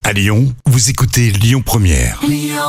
À Lyon, vous écoutez Lyon Première.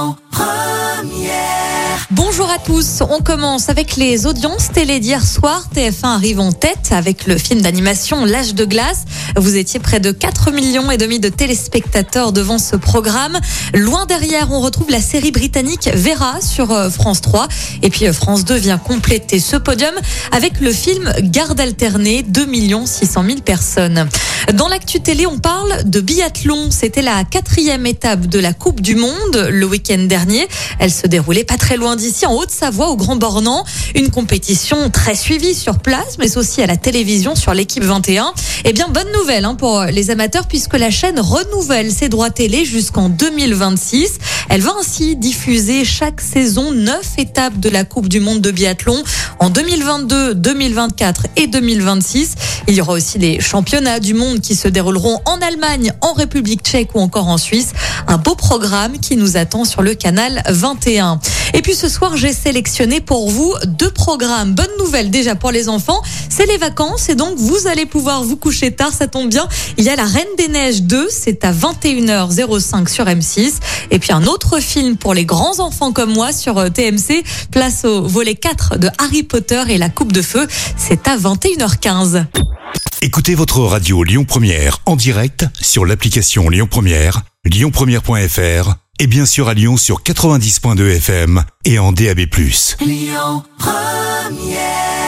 Bonjour à tous, on commence avec les audiences télé d'hier soir. TF1 arrive en tête avec le film d'animation L'Âge de glace. Vous étiez près de 4,5 millions de téléspectateurs devant ce programme. Loin derrière, on retrouve la série britannique Vera sur France 3. Et puis France 2 vient compléter ce podium avec le film Garde alternée, 2 600 000 personnes. Dans l'actu télé, on parle de biathlon. C'était la 4e étape de la Coupe du Monde le week-end dernier. Elle se déroulait pas très loin d'ici, en Haute-Savoie, au Grand Bornand. Une compétition très suivie sur place, mais aussi à la télévision sur l'équipe 21. Eh bien, bonne nouvelle pour les amateurs, puisque la chaîne renouvelle ses droits télé jusqu'en 2026. Elle va ainsi diffuser chaque saison 9 étapes de la Coupe du Monde de biathlon en 2022, 2024 et 2026. Il y aura aussi les championnats du monde qui se dérouleront en Allemagne, en République tchèque ou encore en Suisse. Un beau programme qui nous attend sur le canal 21. Et puis ce soir, j'ai sélectionné pour vous 2 programmes. Bonne nouvelle déjà pour les enfants, c'est les vacances et donc vous allez pouvoir vous coucher tard, ça tombe bien. Il y a La Reine des Neiges 2, c'est à 21h05 sur M6. Et puis un autre film pour les grands enfants comme moi sur TMC, place au volet 4 de Harry Potter et la Coupe de Feu, c'est à 21h15. Écoutez votre radio Lyon Première en direct sur l'application Lyon Première, lyonpremière.fr et bien sûr à Lyon sur 90.2 FM et en DAB+. Lyon Première.